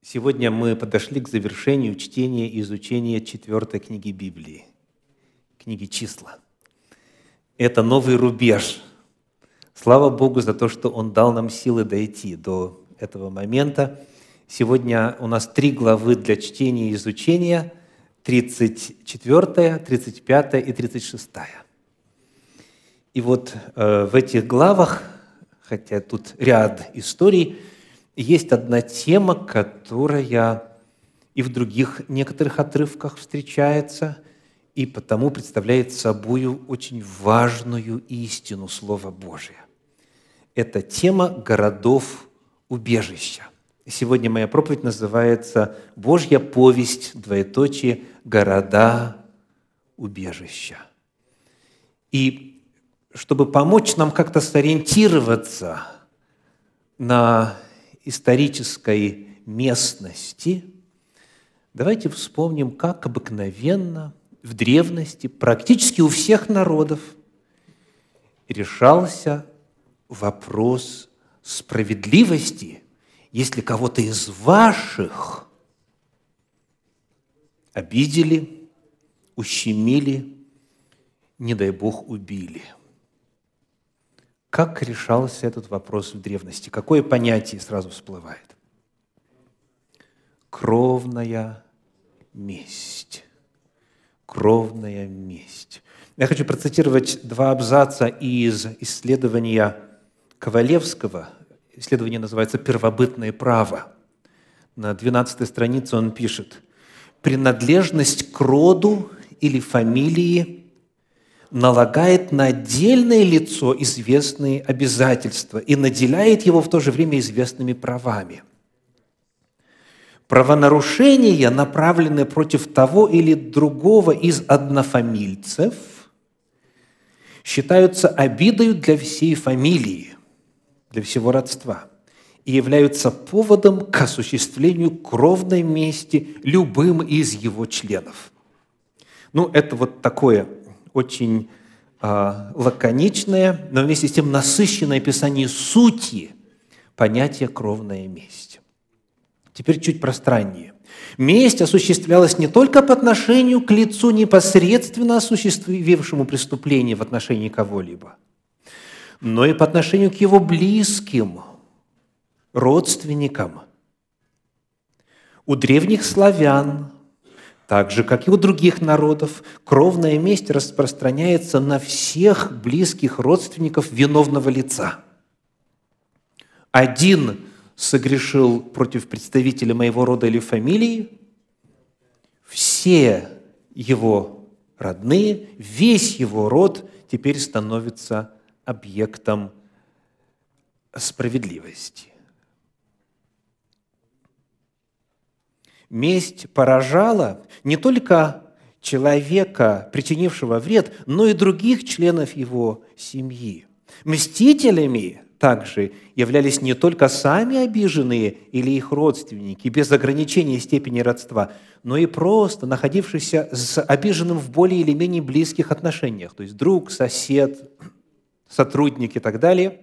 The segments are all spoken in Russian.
Сегодня мы подошли к завершению чтения и изучения 4 книги Библии, книги «Числа». Это новый рубеж. Слава Богу за то, что Он дал нам силы дойти до этого момента. Сегодня у нас 3 главы для чтения и изучения: 34, 35 и 36. И вот в этих главах, хотя тут ряд историй, есть одна тема, которая и в других некоторых отрывках встречается, и потому представляет собою очень важную истину Слова Божия. Это тема городов-убежища. Сегодня моя проповедь называется «Божья повесть, города-убежища». И чтобы помочь нам как-то сориентироваться на исторической местности, давайте вспомним, как обыкновенно в древности практически у всех народов решался вопрос справедливости, если кого-то из ваших обидели, ущемили, не дай Бог, убили. Как решался этот вопрос в древности? Какое понятие сразу всплывает? Кровная месть. Кровная месть. Я хочу процитировать 2 абзаца из исследования Ковалевского. Исследование называется «Первобытное право». На 12 странице он пишет: «Принадлежность к роду или фамилии налагает на отдельное лицо известные обязательства и наделяет его в то же время известными правами. Правонарушения, направленные против того или другого из однофамильцев, считаются обидою для всей фамилии, для всего родства, и являются поводом к осуществлению кровной мести любым из его членов». Это вот такое очень лаконичное, но вместе с тем насыщенное описание сути понятия «кровная месть». Теперь чуть пространнее. Месть осуществлялась не только по отношению к лицу, непосредственно осуществившему преступление в отношении кого-либо, но и по отношению к его близким, родственникам. У древних славян, так же, как и у других народов, кровная месть распространяется на всех близких родственников виновного лица. Один согрешил против представителя моего рода или фамилии, все его родные, весь его род теперь становится объектом справедливости. Месть поражала не только человека, причинившего вред, но и других членов его семьи. Мстителями также являлись не только сами обиженные или их родственники, без ограничения степени родства, но и просто находившиеся с обиженным в более или менее близких отношениях, то есть друг, сосед, сотрудник и так далее.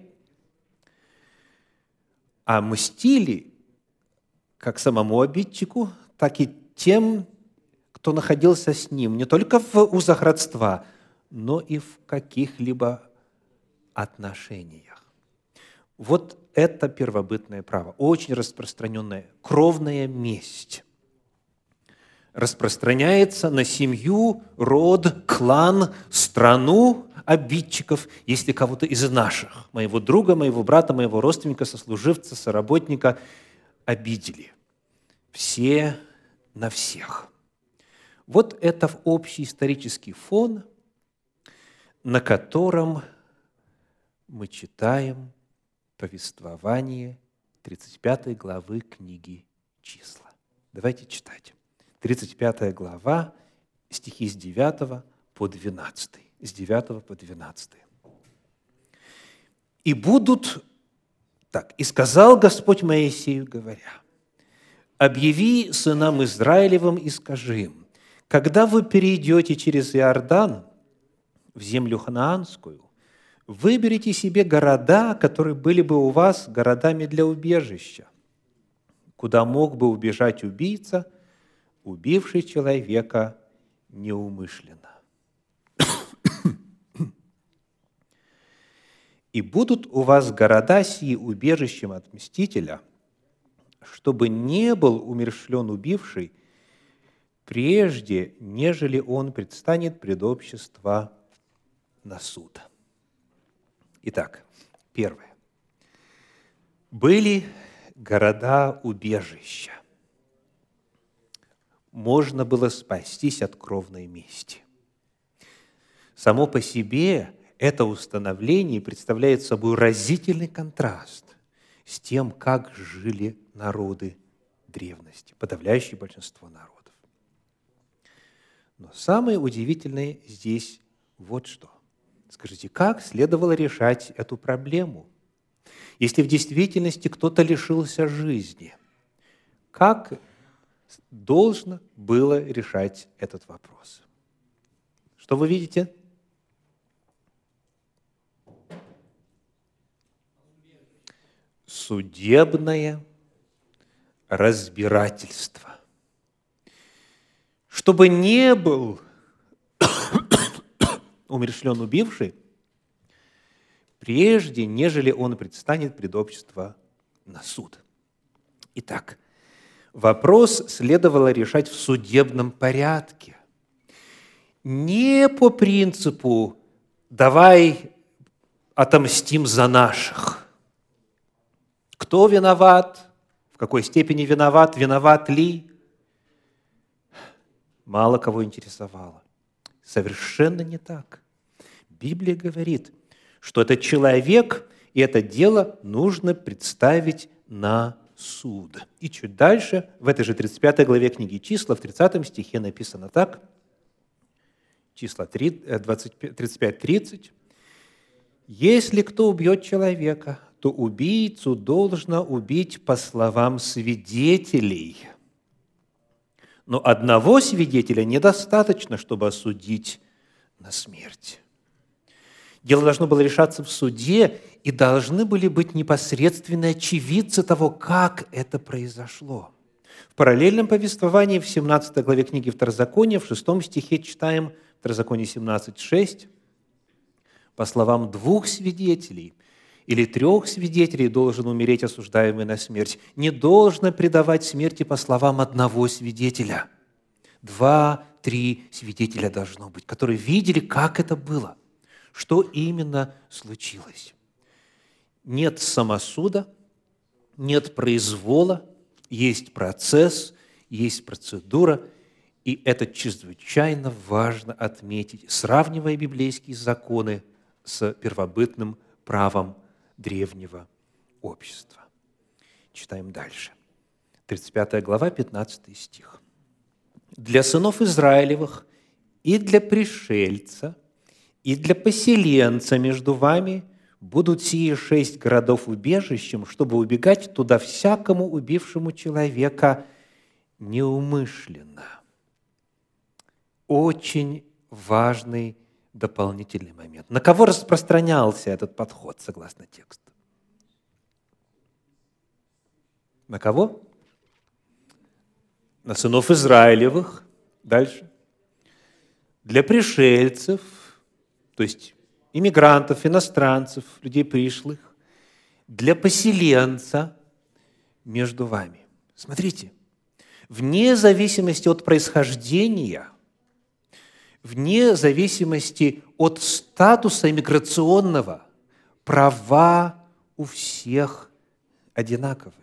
А мстили как самому обидчику, так и тем, кто находился с ним, не только в узах родства, но и в каких-либо отношениях. Вот это первобытное право, очень распространенное. Кровная месть распространяется на семью, род, клан, страну обидчиков, если кого-то из наших, моего друга, моего брата, моего родственника, сослуживца, соработника обидели. Все на всех. Вот это общий исторический фон, на котором мы читаем повествование 35 главы книги «Числа». Давайте читать. 35 глава, стихи с 9 по 12. С 9 по 12. «И будут так, и сказал Господь Моисею, говоря: объяви сынам Израилевым и скажи им: когда вы перейдете через Иордан в землю ханаанскую, выберите себе города, которые были бы у вас городами для убежища, куда мог бы убежать убийца, убивший человека неумышленно. И будут у вас города сии убежищем от мстителя, чтобы не был умерщвлен убивший, прежде, нежели он предстанет пред общество на суд. Итак, первое. Были города-убежища. Можно было спастись от кровной мести. Само по себе это установление представляет собой разительный контраст с тем, как жили народы древности, подавляющее большинство народов. Но самое удивительное здесь вот что. Скажите, как следовало решать эту проблему? Если в действительности кто-то лишился жизни, как должно было решать этот вопрос? Что вы видите? Судебное разбирательство. Чтобы не был умерщвлен убивший, прежде, нежели он предстанет пред общество на суд. Итак, вопрос следовало решать в судебном порядке. Не по принципу «давай отомстим за наших». Кто виноват? В какой степени виноват? Виноват ли? Мало кого интересовало. Совершенно не так. Библия говорит, что этот человек и это дело нужно представить на суд. И чуть дальше, в этой же 35 главе книги «Числа», в 30 стихе написано так, числа 35-30. «Если кто убьет человека, то убийцу должно убить по словам свидетелей. Но одного свидетеля недостаточно, чтобы осудить на смерть». Дело должно было решаться в суде, и должны были быть непосредственные очевидцы того, как это произошло. В параллельном повествовании в 17 главе книги Второзакония, в 6 стихе читаем, Второзаконие 17:6, по словам 2 свидетелей или 3 свидетелей должен умереть осуждаемый на смерть. Не должно предавать смерти по словам одного свидетеля. 2-3 свидетеля должно быть, которые видели, как это было, что именно случилось. Нет самосуда, нет произвола, есть процесс, есть процедура, и это чрезвычайно важно отметить, сравнивая библейские законы с первобытным правом древнего общества. Читаем дальше. 35 глава, 15 стих. «Для сынов Израилевых и для пришельца, и для поселенца между вами будут сии 6 городов убежищем, чтобы убегать туда всякому убившему человека неумышленно». Очень важный дополнительный момент. На кого распространялся этот подход, согласно тексту? На кого? На сынов Израилевых. Дальше. Для пришельцев, то есть иммигрантов, иностранцев, людей пришлых, для поселенца между вами. Смотрите, вне зависимости от происхождения, вне зависимости от статуса иммиграционного, права у всех одинаковые.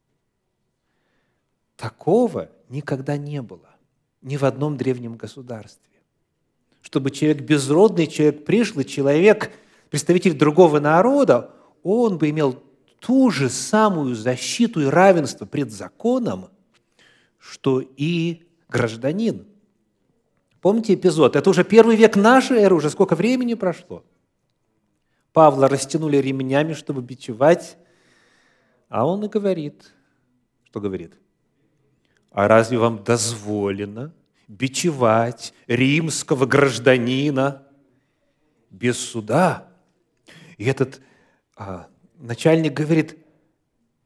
Такого никогда не было ни в одном древнем государстве. Чтобы человек безродный, человек пришлый, человек, представитель другого народа, он бы имел ту же самую защиту и равенство пред законом, что и гражданин. Помните эпизод? Это уже 1 век нашей эры, уже сколько времени прошло. Павла растянули ремнями, чтобы бичевать, а он и говорит, что говорит? А разве вам дозволено бичевать римского гражданина без суда? И этот начальник говорит: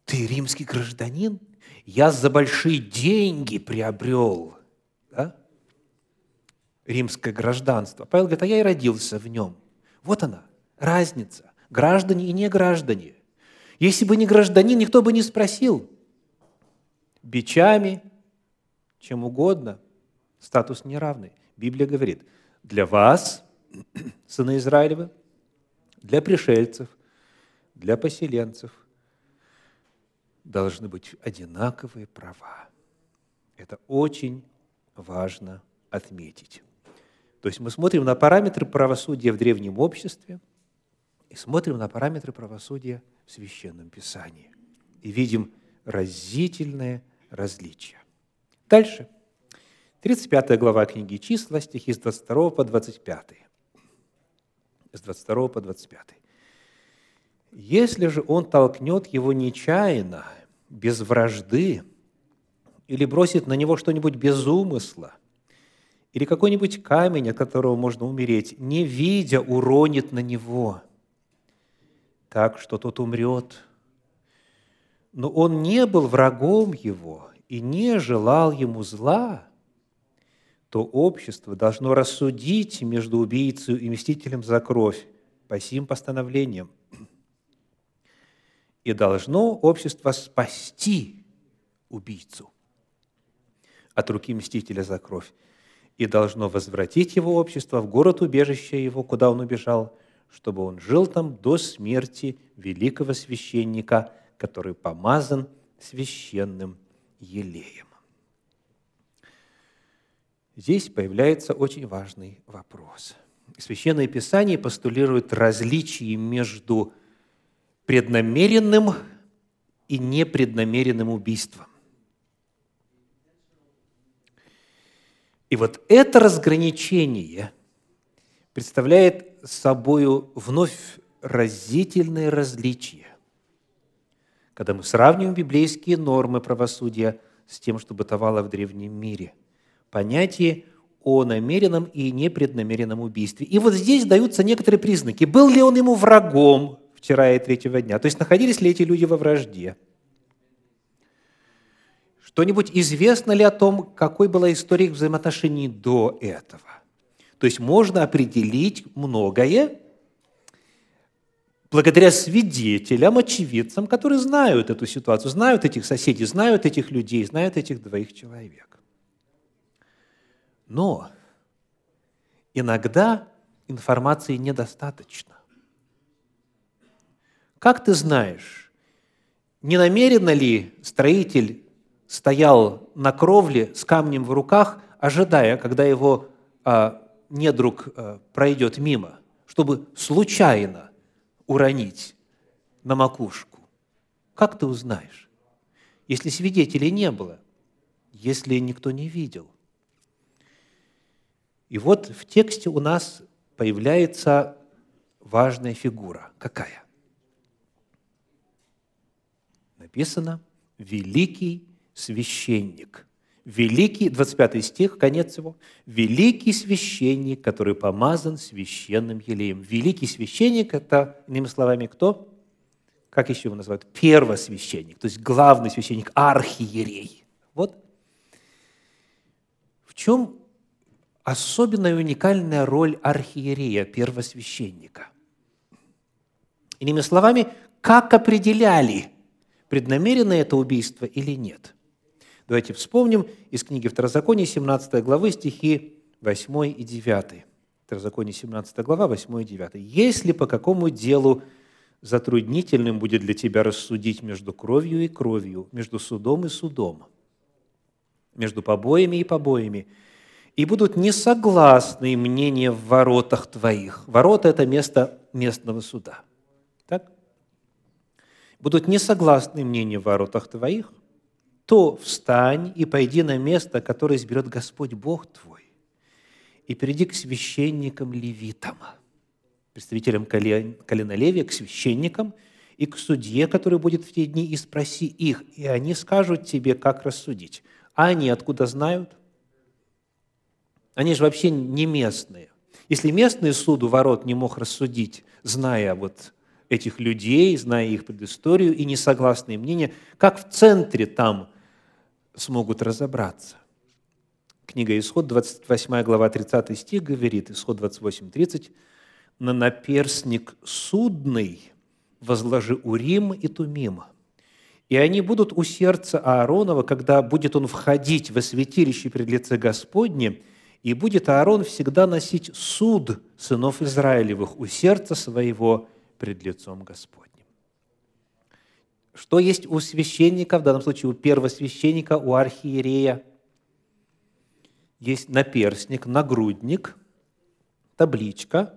ты римский гражданин? Я за большие деньги приобрел, да, римское гражданство. Павел говорит, а я и родился в нем. Вот она, разница. Граждане и не граждане. Если бы не гражданин, никто бы не спросил. Бичами, чем угодно, статус неравный. Библия говорит, для вас, сыны Израилевы, для пришельцев, для поселенцев должны быть одинаковые права. Это очень важно отметить. То есть мы смотрим на параметры правосудия в древнем обществе и смотрим на параметры правосудия в Священном Писании. И видим разительное различие. Дальше. 35 глава книги «Числа», стихи с 22 по 25. С 22 по 25. «Если же он толкнет его нечаянно, без вражды, или бросит на него что-нибудь без умысла, или какой-нибудь камень, от которого можно умереть, не видя, уронит на него, так что тот умрет. Но он не был врагом его и не желал ему зла, то общество должно рассудить между убийцей и мстителем за кровь по сим постановлениям. И должно общество спасти убийцу от руки мстителя за кровь, и должно возвратить его общество в город убежище его, куда он убежал, чтобы он жил там до смерти великого священника, который помазан священным елеем». Здесь появляется очень важный вопрос. Священное Писание постулирует различие между преднамеренным и непреднамеренным убийством. И вот это разграничение представляет собою вновь разительное различие, когда мы сравниваем библейские нормы правосудия с тем, что бытовало в древнем мире. Понятие о намеренном и непреднамеренном убийстве. И вот здесь даются некоторые признаки. Был ли он ему врагом вчера и третьего дня? То есть находились ли эти люди во вражде? Что-нибудь известно ли о том, какой была история их взаимоотношений до этого? То есть можно определить многое благодаря свидетелям, очевидцам, которые знают эту ситуацию, знают этих соседей, знают этих людей, знают этих двоих человек. Но иногда информации недостаточно. Как ты знаешь, не намеренно ли строитель стоял на кровле с камнем в руках, ожидая, когда его недруг пройдет мимо, чтобы случайно уронить на макушку? Как ты узнаешь, если свидетелей не было, если никто не видел? И вот в тексте у нас появляется важная фигура. Какая? Написано «великий священник». Великий, 25 стих, конец его. «Великий священник, который помазан священным елеем». Великий священник – это, иными словами, кто? Как еще его называют? Первосвященник, то есть главный священник, архиерей. Вот. В чем особенная и уникальная роль архиерея, первосвященника? Иными словами, как определяли, преднамеренно это убийство или нет? Давайте вспомним из книги Второзакония, 17 главы, стихи 8 и 9. Второзаконие, 17 глава, 8 и 9. «Если по какому делу затруднительным будет для тебя рассудить между кровью и кровью, между судом и судом, между побоями и побоями, и будут несогласны мнения в воротах твоих». Ворота – это место местного суда. Так? «Будут несогласны мнения в воротах твоих, то встань и пойди на место, которое изберет Господь Бог твой, и приди к священникам-левитам», представителям колена Левия, к священникам и к судье, который будет в те дни, и спроси их, и они скажут тебе, как рассудить. А они откуда знают? Они же вообще не местные. Если местный суд у ворот не мог рассудить, зная вот этих людей, зная их предысторию и несогласные мнения, как в центре там смогут разобраться. Книга Исход, 28 глава, 30 стих говорит, Исход 28:30, «На наперстник судный возложи Урим и Тумим, и они будут у сердца Ааронова, когда будет он входить во святилище пред лице Господне, и будет Аарон всегда носить суд сынов Израилевых у сердца своего пред лицом Господним». Что есть у священника, в данном случае у первосвященника, у архиерея? Есть наперстник, нагрудник, табличка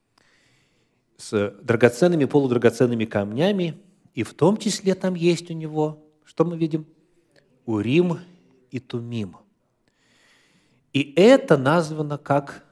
с драгоценными, полудрагоценными камнями, и в том числе там есть у него, что мы видим? Урим и Тумим. И это названо как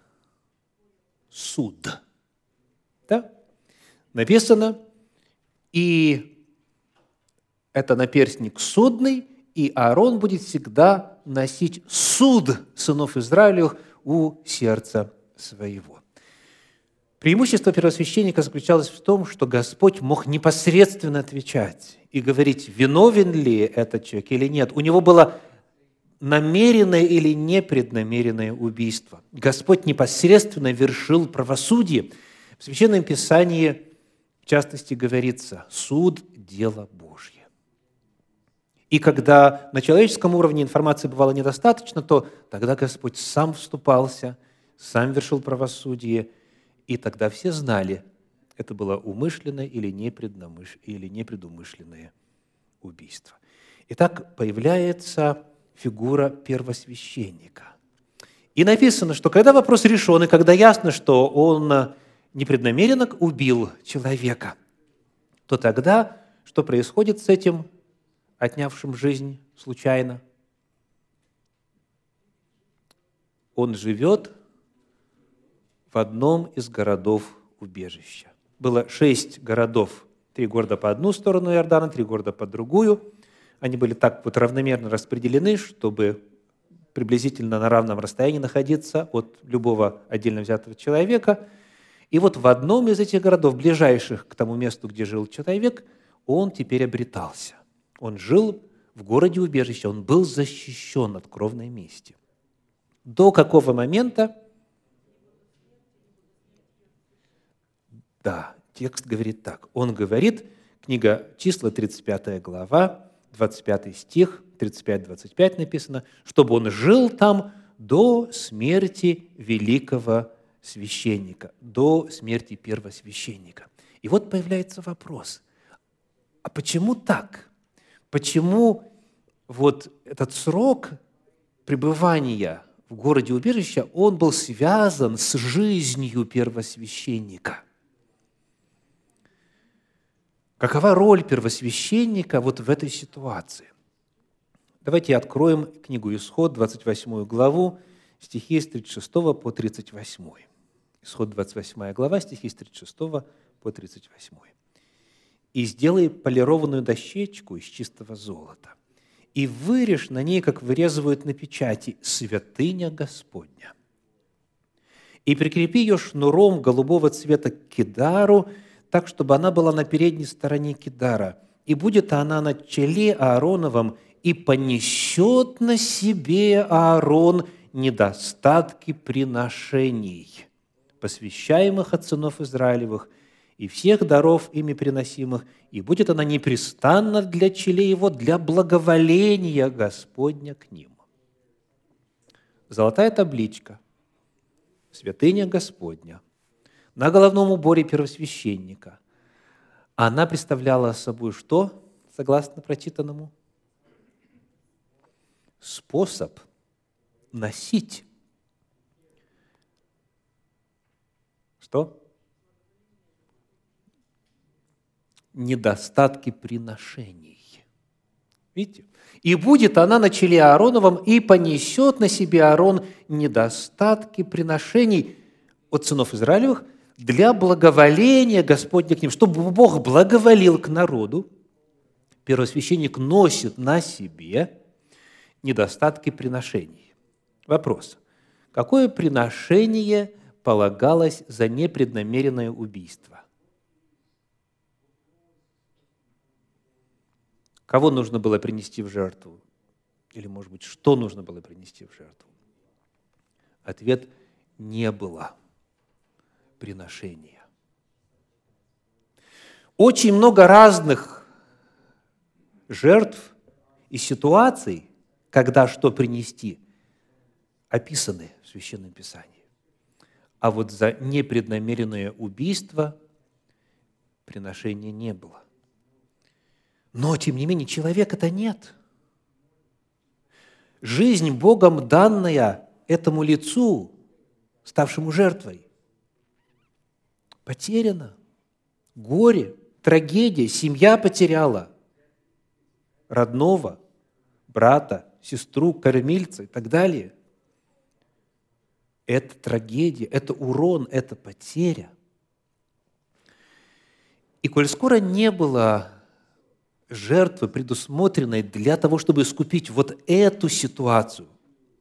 суд. Да? Написано, и это наперстник судный, и Аарон будет всегда носить суд сынов Израилевых у сердца своего. Преимущество первосвященника заключалось в том, что Господь мог непосредственно отвечать и говорить, виновен ли этот человек или нет. У него было намеренное или непреднамеренное убийство. Господь непосредственно вершил правосудие. В Священном Писании, в частности, говорится, суд – дело Божье. И когда на человеческом уровне информации бывало недостаточно, то тогда Господь сам вступался, сам вершил правосудие, и тогда все знали, это было умышленное или непредумышленное убийство. Итак, появляется фигура первосвященника. И написано, что когда вопрос решен, и когда ясно, что он непреднамеренно убил человека, то тогда что происходит с этим отнявшим жизнь случайно? Он живет в одном из городов убежища. Было 6 городов, 3 города по одну сторону Иордана, 3 города по другую. Они были так вот равномерно распределены, чтобы приблизительно на равном расстоянии находиться от любого отдельно взятого человека. И вот в одном из этих городов, ближайших к тому месту, где жил человек, он теперь обретался. Он жил в городе убежища, он был защищен от кровной мести. До какого момента? Да, текст говорит так. Он говорит, книга Числа, 35 глава, 25 стих, 35-25 написано, чтобы он жил там до смерти великого священника, до смерти первосвященника. И вот появляется вопрос, а почему так? Почему вот этот срок пребывания в городе убежища, он был связан с жизнью первосвященника? Какова роль первосвященника вот в этой ситуации? Давайте откроем книгу Исход, 28 главу, стихи с 36 по 38. Исход, 28 глава, стихи с 36 по 38. «И сделай полированную дощечку из чистого золота, и вырежь на ней, как вырезывают на печати, святыня Господня. И прикрепи ее шнуром голубого цвета к кидару, так, чтобы она была на передней стороне кидара, и будет она на челе Аароновом, и понесет на себе Аарон недостатки приношений, посвящаемых от сынов Израилевых, и всех даров ими приносимых, и будет она непрестанна для челе его, для благоволения Господня к ним». Золотая табличка, святыня Господня, на головном уборе первосвященника, она представляла собой что, согласно прочитанному? Способ носить. Что? Недостатки приношений. Видите? «И будет она на челе Аароновом, и понесет на себе Аарон недостатки приношений от сынов Израилевых для благоволения Господня к ним». Чтобы Бог благоволил к народу, первосвященник носит на себе недостатки приношений. Вопрос. Какое приношение полагалось за непреднамеренное убийство? Кого нужно было принести в жертву? Или, может быть, что нужно было принести в жертву? Ответ – не было приношения. Очень много разных жертв и ситуаций, когда что принести, описаны в Священном Писании. А вот за непреднамеренное убийство приношения не было. Но, тем не менее, человека-то нет. Жизнь Богом данная этому лицу, ставшему жертвой, потеряна. Горе, трагедия, семья потеряла родного, брата, сестру, кормильца и так далее. Это трагедия, это урон, это потеря. И коль скоро не было жертвы, предусмотренной для того, чтобы искупить вот эту ситуацию,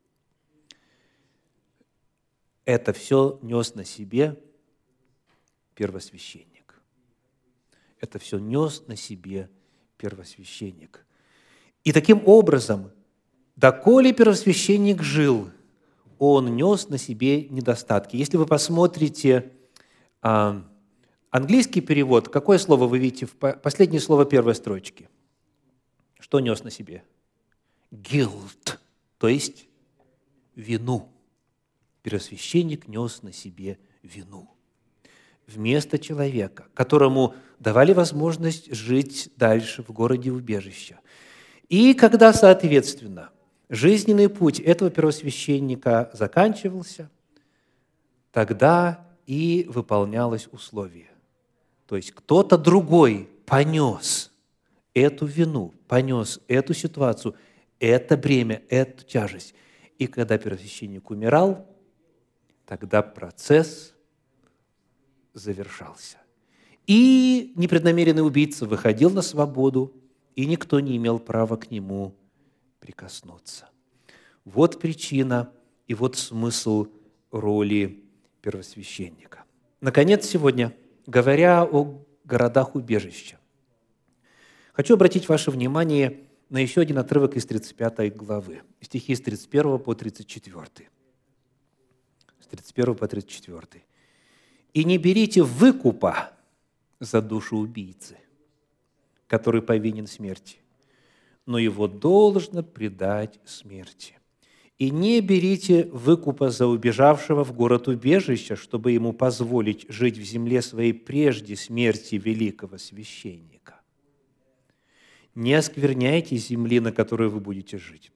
это все нес на себе первосвященник. Это все нес на себе первосвященник. И таким образом, доколе первосвященник жил, он нес на себе недостатки. Если вы посмотрите английский перевод, какое слово вы видите? Последнее слово первой строчки. Что нес на себе? Guilt, то есть вину. Первосвященник нес на себе вину. Вместо человека, которому давали возможность жить дальше в городе убежища. И когда, соответственно, жизненный путь этого первосвященника заканчивался, тогда и выполнялось условие. То есть кто-то другой понес эту вину, понес эту ситуацию, это бремя, эту тяжесть. И когда первосвященник умирал, тогда процесс завершался. И непреднамеренный убийца выходил на свободу, и никто не имел права к нему прикоснуться. Вот причина и вот смысл роли первосвященника. Наконец, сегодня, говоря о городах убежища, хочу обратить ваше внимание на еще один отрывок из 35 главы, стихи с 31 по 34. С 31 по 34. «И не берите выкупа за душу убийцы, который повинен смерти, но его должно предать смерти. И не берите выкупа за убежавшего в город убежища, чтобы ему позволить жить в земле своей прежде смерти великого священника. Не оскверняйте земли, на которой вы будете жить.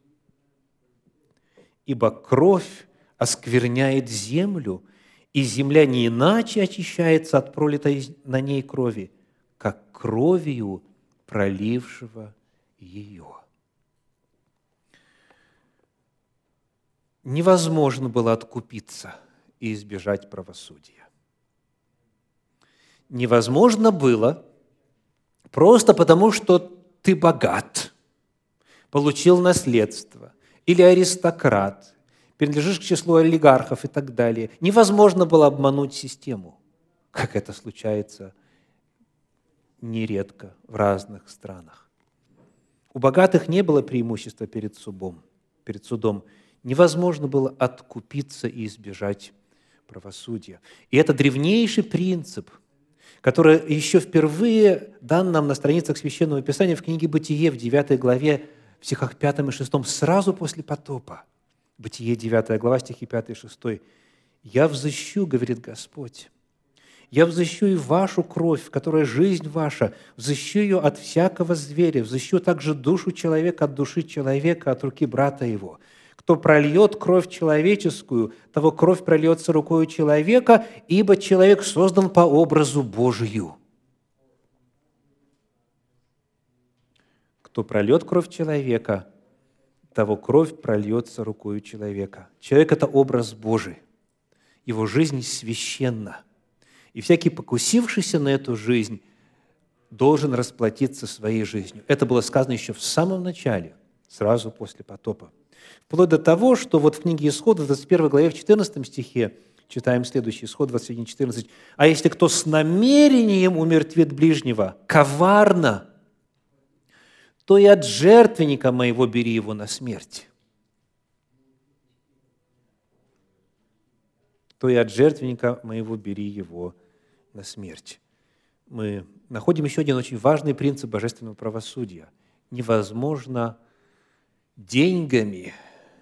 Ибо кровь оскверняет землю, и земля не иначе очищается от пролитой на ней крови, как кровью пролившего ее». Невозможно было откупиться и избежать правосудия. Невозможно было просто потому, что ты богат, получил наследство, или аристократ, принадлежишь к числу олигархов и так далее. Невозможно было обмануть систему, как это случается нередко в разных странах. У богатых не было преимущества перед судом. Невозможно было откупиться и избежать правосудия. И это древнейший принцип, который еще впервые дан нам на страницах Священного Писания в книге «Бытие» в 9 главе, в стихах 5 и 6, сразу после потопа. Бытие, 9 глава, стихи 5 и 6. «Я взыщу, — говорит Господь, — я взыщу и вашу кровь, в которой жизнь ваша, взыщу ее от всякого зверя, взыщу также душу человека от души человека, от руки брата его. Кто прольет кровь человеческую, того кровь прольется рукою человека, ибо человек создан по образу Божию». Кто прольет кровь человека, того кровь прольется рукою человека. Человек – это образ Божий. Его жизнь священна. И всякий, покусившийся на эту жизнь, должен расплатиться своей жизнью. Это было сказано еще в самом начале, сразу после потопа. Вплоть до того, что вот в книге Исход, в 21 главе, в 14 стихе, читаем следующий, Исход 21:14. «А если кто с намерением умертвит ближнего, коварно, то и от жертвенника моего бери его на смерть. То и от жертвенника моего бери его на смерть. Мы находим еще один очень важный принцип божественного правосудия. Невозможно деньгами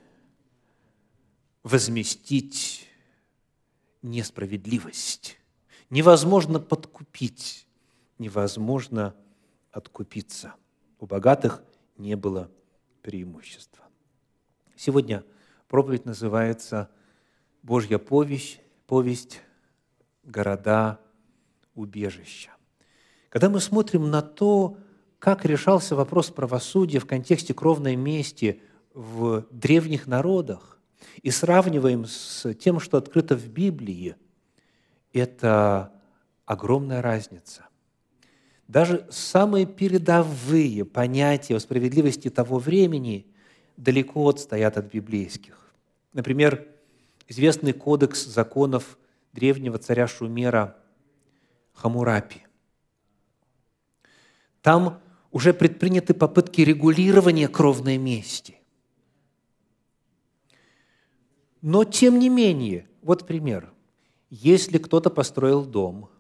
возместить несправедливость. Невозможно подкупить, невозможно откупиться. У богатых не было преимущества. Сегодня проповедь называется «Божья повесть города убежища». Когда мы смотрим на то, как решался вопрос правосудия в контексте кровной мести в древних народах, и сравниваем с тем, что открыто в Библии, это огромная разница. Даже самые передовые понятия о справедливости того времени далеко отстоят от библейских. Например, известный кодекс законов древнего царя Шумера Хаммурапи. Там уже предприняты попытки регулирования кровной мести. Но, тем не менее, вот пример. Если кто-то построил дом,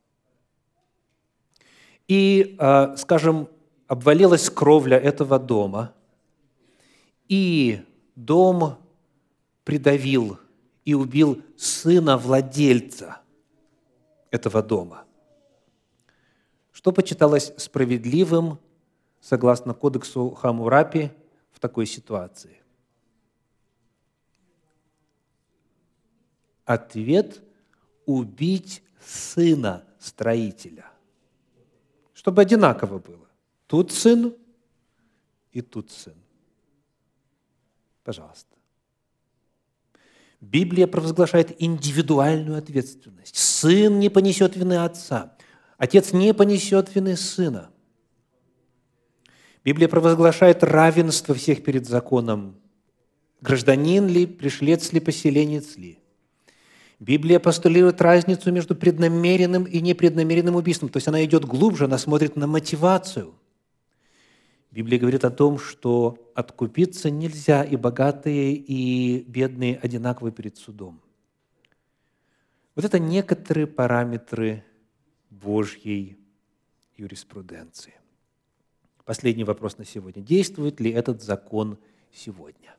и, скажем, обвалилась кровля этого дома, и дом придавил и убил сына владельца этого дома, что почиталось справедливым, согласно кодексу Хаммурапи, в такой ситуации? Ответ – убить сына строителя. Чтобы одинаково было. Тут сын и тут сын. Пожалуйста. Библия провозглашает индивидуальную ответственность. Сын не понесет вины отца. Отец не понесет вины сына. Библия провозглашает равенство всех перед законом. Гражданин ли, пришлец ли, поселенец ли. Библия постулирует разницу между преднамеренным и непреднамеренным убийством. То есть она идет глубже, она смотрит на мотивацию. Библия говорит о том, что откупиться нельзя, и богатые, и бедные одинаковы перед судом. Вот это некоторые параметры Божьей юриспруденции. Последний вопрос на сегодня. Действует ли этот закон сегодня?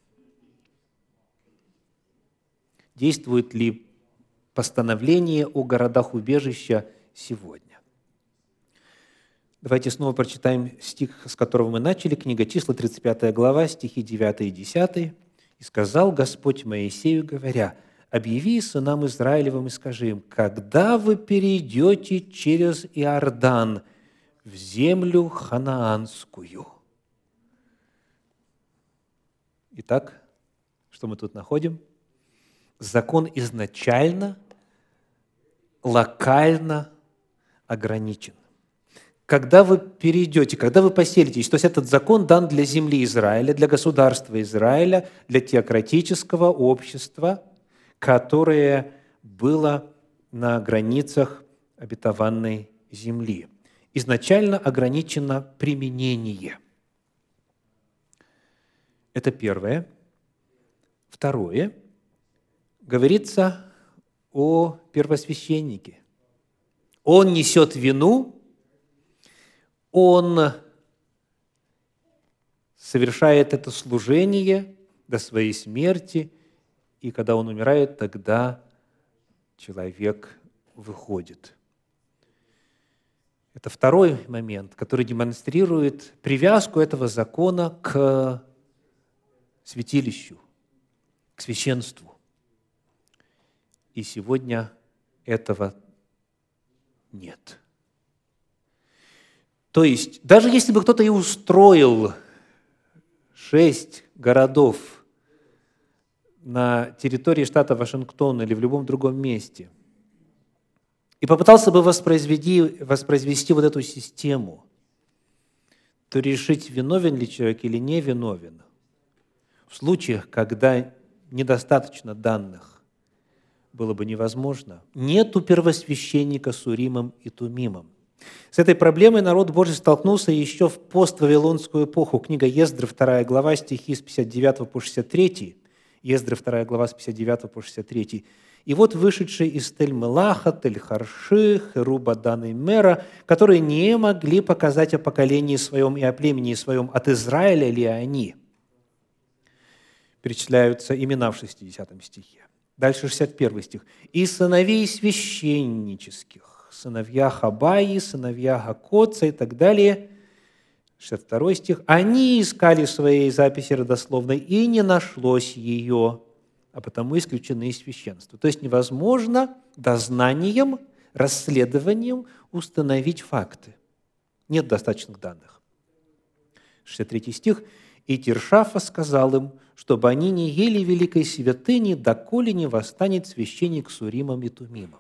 Действует ли постановление о городах убежища сегодня? Давайте снова прочитаем стих, с которого мы начали. Книга Числа, 35 глава, стихи 9 и 10. «И сказал Господь Моисею, говоря: объяви сынам Израилевым и скажи им: когда вы перейдете через Иордан в землю ханаанскую». Итак, что мы тут находим? Закон изначально локально ограничен. Когда вы перейдете, когда вы поселитесь, то есть этот закон дан для земли Израиля, для государства Израиля, для теократического общества, которое было на границах обетованной земли. Изначально ограничено применение. Это первое. Второе. Говорится о первосвященнике. Он несет вину, он совершает это служение до своей смерти, и когда он умирает, тогда человек выходит. Это второй момент, который демонстрирует привязку этого закона к святилищу, к священству. И сегодня этого нет. То есть, даже если бы кто-то и устроил 6 городов на территории штата Вашингтон или в любом другом месте и попытался бы воспроизвести вот эту систему, то решить, виновен ли человек или не виновен, в случаях, когда недостаточно данных, было бы невозможно. Нету первосвященника с Уримом и Тумимом. С этой проблемой народ Божий столкнулся еще в поствавилонскую эпоху. Книга Ездры, 2 глава, стихи с 59 по 63. Ездры, 2 глава, с 59 по 63. «И вот вышедшие из Тель-Мелаха, Тель-Харши, Херуба, Дана и Мера, которые не могли показать о поколении своем и о племени своем, от Израиля ли они?» Перечисляются имена в 60 стихе. Дальше 61 стих. «И сыновей священнических, сыновья Хабаи, сыновья Гакоца» и так далее. 62 стих. «Они искали своей записи родословной, и не нашлось ее, а потому исключены из священства». То есть невозможно дознанием, расследованием установить факты. Нет достаточных данных. 63 стих. «И Тиршафа сказал им, чтобы они не ели великой святыни, доколе не восстанет священник с Уримом и Тумимом».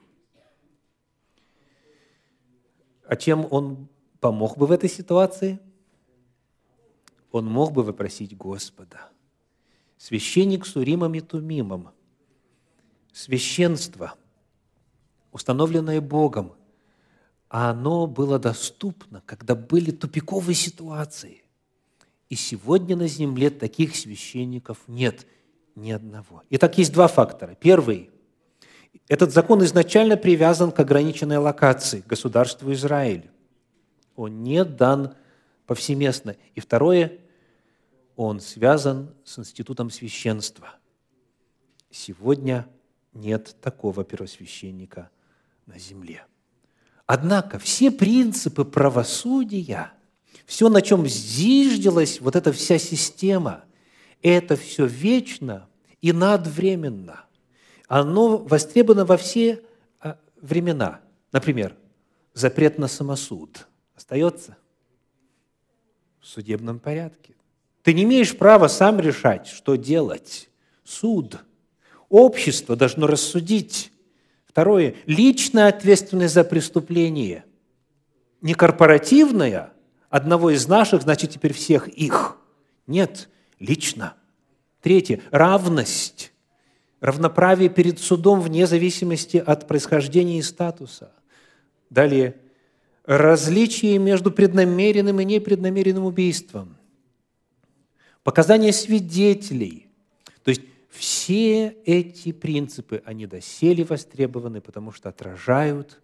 А чем он помог бы в этой ситуации? Он мог бы вопросить Господа. Священник с Уримом и Тумимом, священство, установленное Богом, а оно было доступно, когда были тупиковые ситуации. И сегодня на земле таких священников нет ни одного. Итак, есть два фактора. Первый. Этот закон изначально привязан к ограниченной локации, к государству Израиль. Он не дан повсеместно. И второе. Он связан с институтом священства. Сегодня нет такого первосвященника на земле. Однако все принципы правосудия, все, на чем зиждилась вот эта вся система, это все вечно и надвременно. Оно востребовано во все времена. Например, запрет на самосуд остается в судебном порядке. Ты не имеешь права сам решать, что делать. Суд. Общество должно рассудить. Второе. Личная ответственность за преступление. Не корпоративная, одного из наших, значит, теперь всех их. Нет, лично. Третье. Равность. Равноправие перед судом вне зависимости от происхождения и статуса. Далее. Различие между преднамеренным и непреднамеренным убийством. Показания свидетелей. То есть все эти принципы, они доселе востребованы, потому что отражают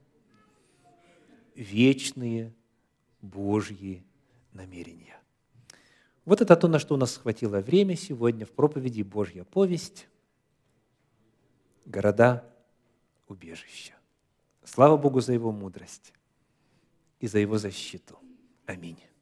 вечные Божьи намерения. Вот это то, на что у нас хватило время сегодня в проповеди «Божья повесть. Города убежища». Слава Богу за Его мудрость и за Его защиту. Аминь.